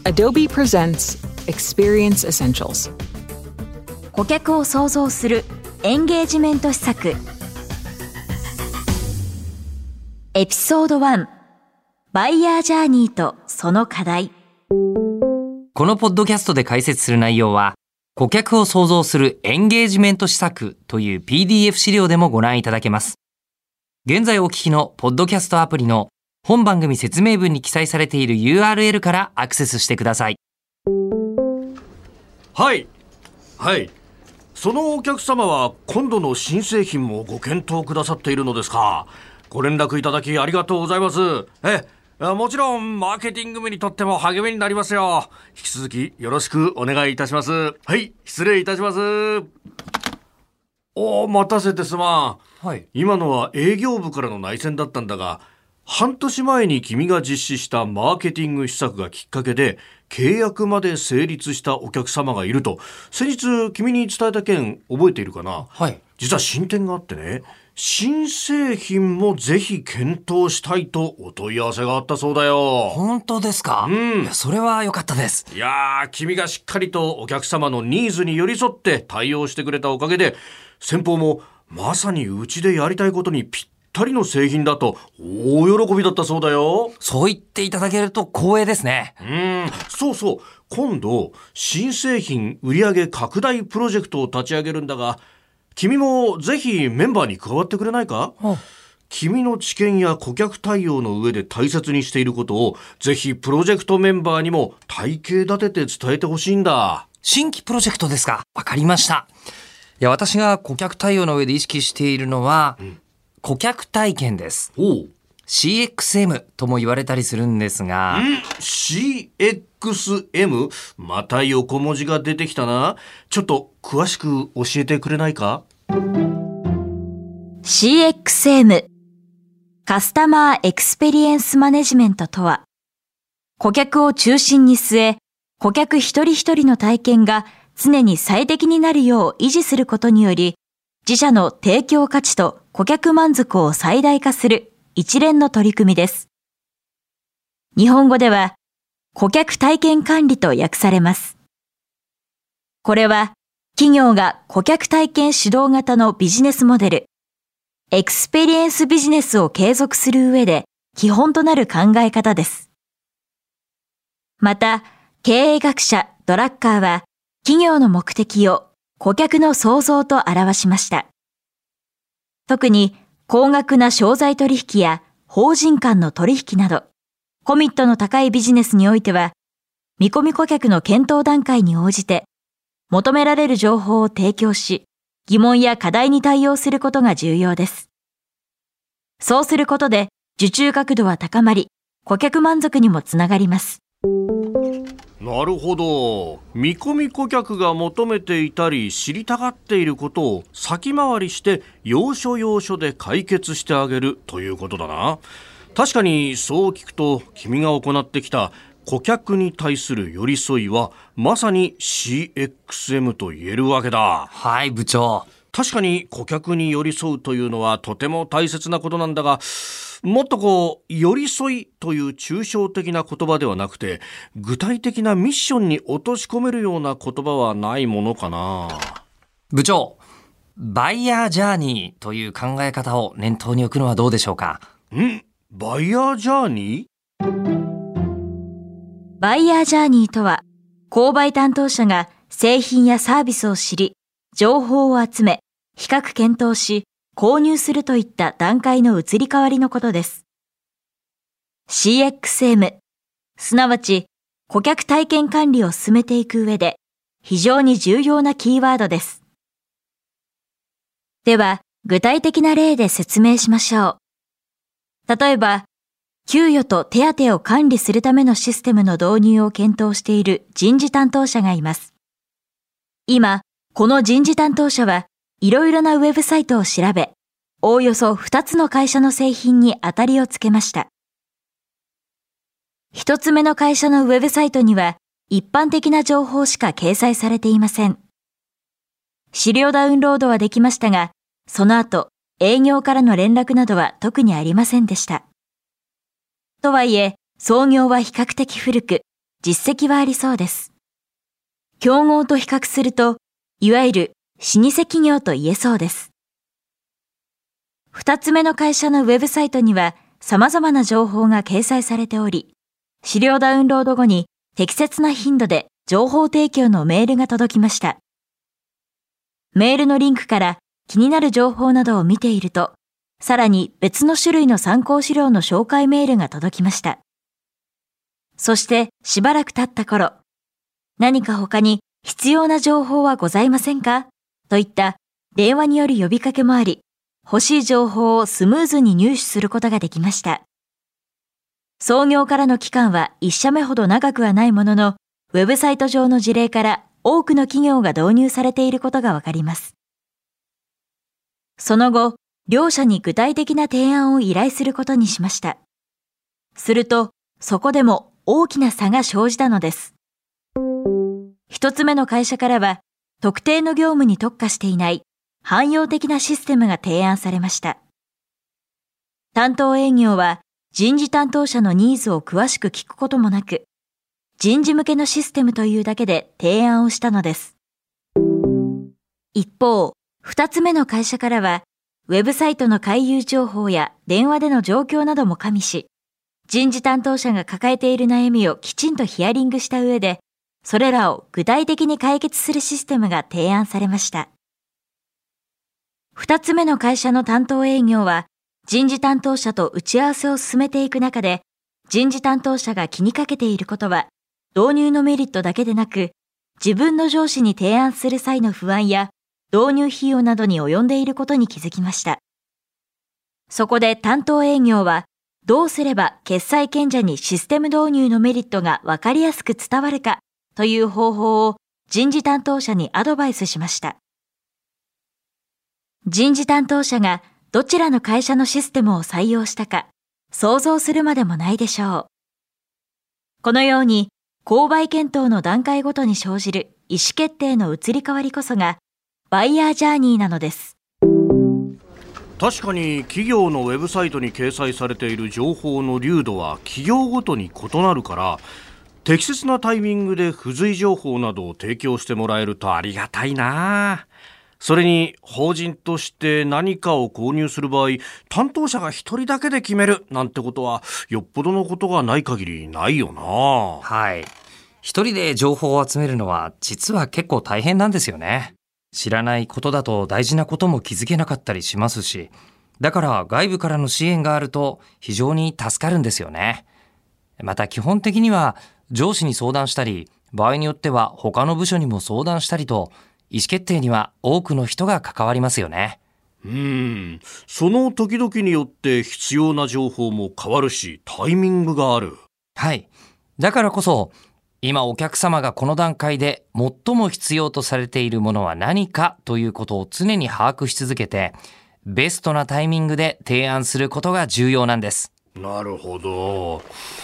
Adobe presents Experience Essentials. 顧客を創造するエンゲージメント施策。エピソード1、バイヤージャーニーとその課題。 このポッドキャストで解説する内容は、顧客を創造するエンゲージメント施策という PDF 資料でもご覧いただけます。現在お聞きのポッドキャストアプリの本番組説明文に記載されている URL からアクセスしてください。 はい。そのお客様は今度の新製品もご検討くださっているのですか。ご連絡いただきありがとうございます。もちろんマーケティング部にとっても励みになりますよ。引き続きよろしくお願いいたします。はい、失礼いたします。待たせてすまん。 はい。 今のは営業部からの内線だったんだが、半年前に君が実施したマーケティング施策がきっかけで契約まで成立したお客様がいると先日君に伝えた件覚えているかな。 はい。 実は進展があってね、新製品もぜひ検討したいとお問い合わせがあったそうだよ。 本当ですか？いや、それは良かったです。 いやー、君がしっかりとお客様のニーズに寄り添って対応してくれたおかげで、先方もまさにうちでやりたいことにぴったりの製品だと大喜びだったそうだよ。 そう言っていただけると光栄ですね。 そう。今度新製品売上拡大プロジェクトを立ち上げるんだが、君もぜひメンバーに加わってくれないか？君の知見や顧客対応の上で大切にしていることをぜひプロジェクトメンバーにも体系立てて伝えてほしいんだ。 新規プロジェクトですか？わかりました。いや、私が顧客対応の上で意識しているのは、顧客体験です。CXM とも言われたりするんですが、 CXM？ また横文字が出てきたな。ちょっと詳しく教えてくれないか？ CXM、カスタマーエクスペリエンスマネジメントとは、顧客を中心に据え、顧客一人一人の体験が常に最適になるよう維持することにより、自社の提供価値と顧客満足を最大化する一連の取り組みです。日本語では、顧客体験管理と訳されます。これは、企業が顧客体験主導型のビジネスモデル、エクスペリエンスビジネスを継続する上で基本となる考え方です。また、経営学者ドラッカーは、企業の目的を顧客の創造と表しました。特に高額な商材取引や法人間の取引など、コミットの高いビジネスにおいては、見込み顧客の検討段階に応じて、求められる情報を提供し、疑問や課題に対応することが重要です。そうすることで、受注角度は高まり、顧客満足にもつながります。 なるほど。見込み顧客が求めていたり知りたがっていることを先回りして要所要所で解決してあげるということだな。確かにそう聞くと君が行ってきた顧客に対する寄り添いはまさに CXM と言えるわけだ。 はい、部長。 確かに顧客に寄り添うというのはとても大切なことなんだが、もっと寄り添いという抽象的な言葉ではなくて、具体的なミッションに落とし込めるような言葉はないものかな。 部長、バイヤージャーニーという考え方を念頭に置くのはどうでしょうか？ バイヤージャーニー？ バイヤージャーニーとは、購買担当者が製品やサービスを知り、情報を集め、比較検討し、購入するといった段階の移り変わりのことです。CXM、すなわち顧客体験管理を進めていく上で非常に重要なキーワードです。では、具体的な例で説明しましょう。例えば、給与と手当を管理するためのシステムの導入を検討している人事担当者がいます。今、この人事担当者はいろいろなウェブサイトを調べ、おおよそ2つの会社の製品に当たりをつけました。1つ目の会社のウェブサイトには一般的な情報しか掲載されていません。資料ダウンロードはできましたが、その後、営業からの連絡などは特にありませんでした。とはいえ、創業は比較的古く、 実績はありそうです。競合と比較すると、いわゆる老舗企業と言えそうです。2つ目の会社のウェブサイトには様々な情報が掲載されており、資料ダウンロード後に適切な頻度で情報提供のメールが届きました。メールのリンクから気になる情報などを見ていると、さらに別の種類の参考資料の紹介メールが届きました。そしてしばらく経った頃、何か他に必要な情報はございませんかといった電話による呼びかけもあり、欲しい情報をスムーズに入手することができました。創業からの期間は1社目ほど長くはないものの、ウェブサイト上の事例から多くの企業が導入されていることがわかります。その後、両社に具体的な提案を依頼することにしました。すると、そこでも大きな差が生じたのです。一つ目の会社からは、特定の業務に特化していない汎用的なシステムが提案されました。担当営業は人事担当者のニーズを詳しく聞くこともなく、人事向けのシステムというだけで提案をしたのです。一方、二つ目の会社からは、ウェブサイトの回遊情報や電話での状況なども加味し、人事担当者が抱えている悩みをきちんとヒアリングした上で、それらを具体的に解決するシステムが提案されました。二つ目の会社の担当営業は、人事担当者と打ち合わせを進めていく中で、人事担当者が気にかけていることは、導入のメリットだけでなく、自分の上司に提案する際の不安や、導入費用などに及んでいることに気づきました。そこで担当営業は、どうすれば決済賢者にシステム導入のメリットがわかりやすく伝わるかという方法を人事担当者にアドバイスしました。人事担当者がどちらの会社のシステムを採用したか想像するまでもないでしょう。このように購買検討の段階ごとに生じる意思決定の移り変わりこそがバイヤージャーニーなのです。 確かに企業のウェブサイトに掲載されている情報の流度は企業ごとに異なるから、適切なタイミングで付随情報などを提供してもらえるとありがたいな。それに法人として何かを購入する場合、担当者が一人だけで決めるなんてことはよっぽどのことがない限りないよな。 はい。一人で情報を集めるのは実は結構大変なんですよね。知らないことだと大事なことも気づけなかったりしますし、だから外部からの支援があると非常に助かるんですよね。また基本的には上司に相談したり、場合によっては他の部署にも相談したりと、意思決定には多くの人が関わりますよね。 その時々によって必要な情報も変わるし、タイミングがある。 はい。だからこそ、今お客様がこの段階で最も必要とされているものは何かということを常に把握し続けて、ベストなタイミングで提案することが重要なんです。 なるほど。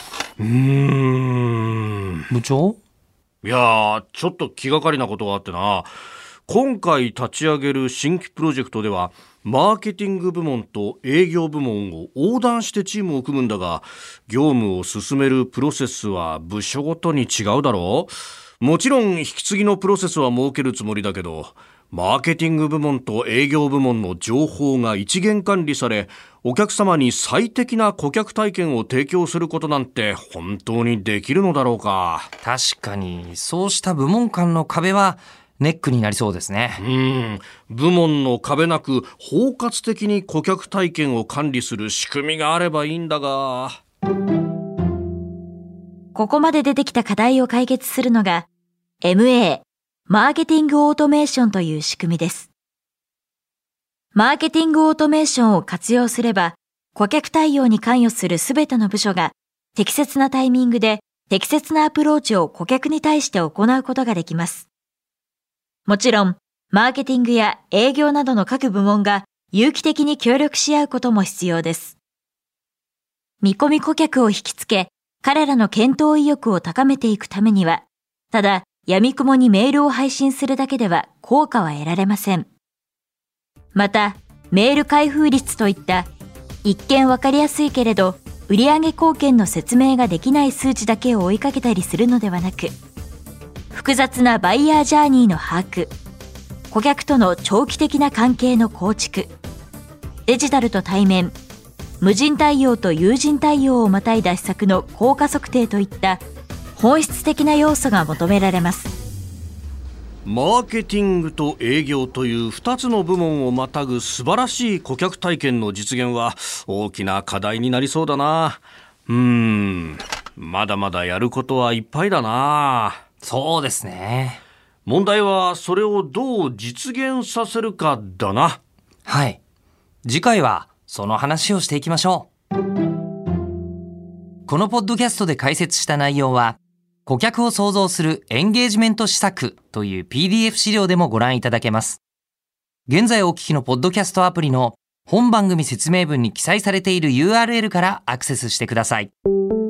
部長？ いや、ちょっと気がかりなことがあってな。今回立ち上げる新規プロジェクトでは、マーケティング部門と営業部門を横断してチームを組むんだが、業務を進めるプロセスは部署ごとに違うだろう。もちろん引き継ぎのプロセスは設けるつもりだけど、マーケティング部門と営業部門の情報が一元管理され、お客様に最適な顧客体験を提供することなんて本当にできるのだろうか。 確かに、そうした部門間の壁はネックになりそうですね。 部門の壁なく包括的に顧客体験を管理する仕組みがあればいいんだが。 ここまで出てきた課題を解決するのが MA、マーケティングオートメーションという仕組みです。マーケティングオートメーションを活用すれば、顧客対応に関与するすべての部署が適切なタイミングで適切なアプローチを顧客に対して行うことができます。もちろん、マーケティングや営業などの各部門が有機的に協力し合うことも必要です。見込み顧客を引きつけ、彼らの検討意欲を高めていくためには、ただ、闇雲にメールを配信するだけでは効果は得られません。また、メール開封率といった一見わかりやすいけれど売上貢献の説明ができない数値だけを追いかけたりするのではなく、複雑なバイヤージャーニーの把握、顧客との長期的な関係の構築、デジタルと対面、無人対応と有人対応をまたいだ施策の効果測定といった本質的な要素が求められます。 マーケティングと営業という2つの部門をまたぐ素晴らしい顧客体験の実現は大きな課題になりそうだな。まだまだやることはいっぱいだな。 そうですね。 問題はそれをどう実現させるかだな。 はい。次回はその話をしていきましょう。このポッドキャストで解説した内容は、顧客を創造するエンゲージメント施策という PDF 資料でもご覧いただけます。現在お聞きのポッドキャストアプリの本番組説明文に記載されている URL からアクセスしてください。